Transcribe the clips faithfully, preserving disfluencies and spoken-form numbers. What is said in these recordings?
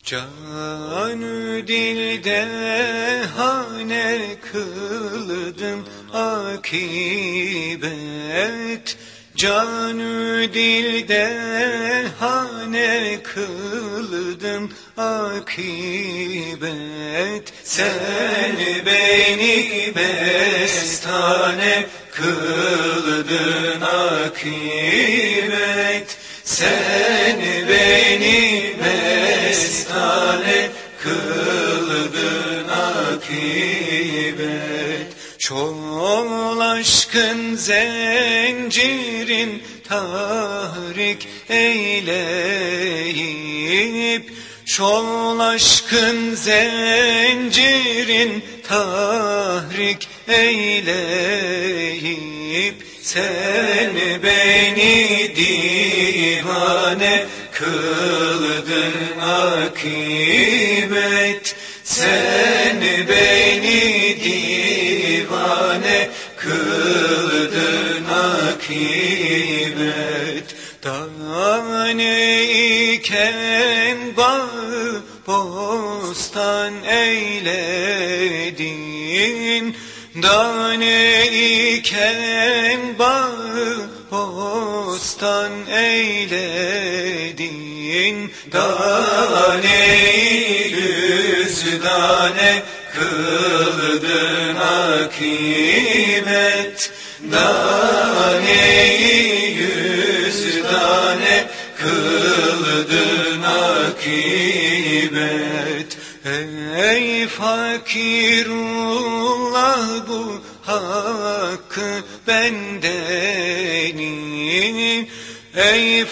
Canü dilde hane kıldın akibet, canü dilde hane kıldın akibet. Sen beni bestane kıldın akibet, sen beni bestane kıldın akibet. Şol aşkın zincirin tahrik eyleyip, şol aşkın zincirin tahrik eyleyip, sen beni divane kıldın akibet, sen beni divane kıldın akibet. Tane iken bağı bostan eyledin, tane iken bağı bostan eyledin. Taneyi yüz tane kıldın akibet, taneyi yüz tane kıldın akibet. Ey fakirullah, bu hakkı bendenin. Ey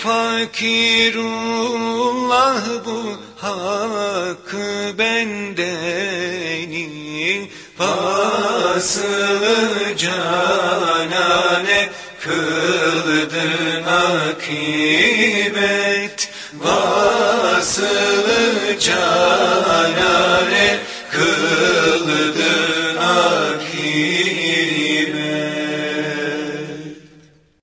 fakirullah, bu hakkı bendenin. Fasıl canane kıldın akibet, vasıl canane kıldın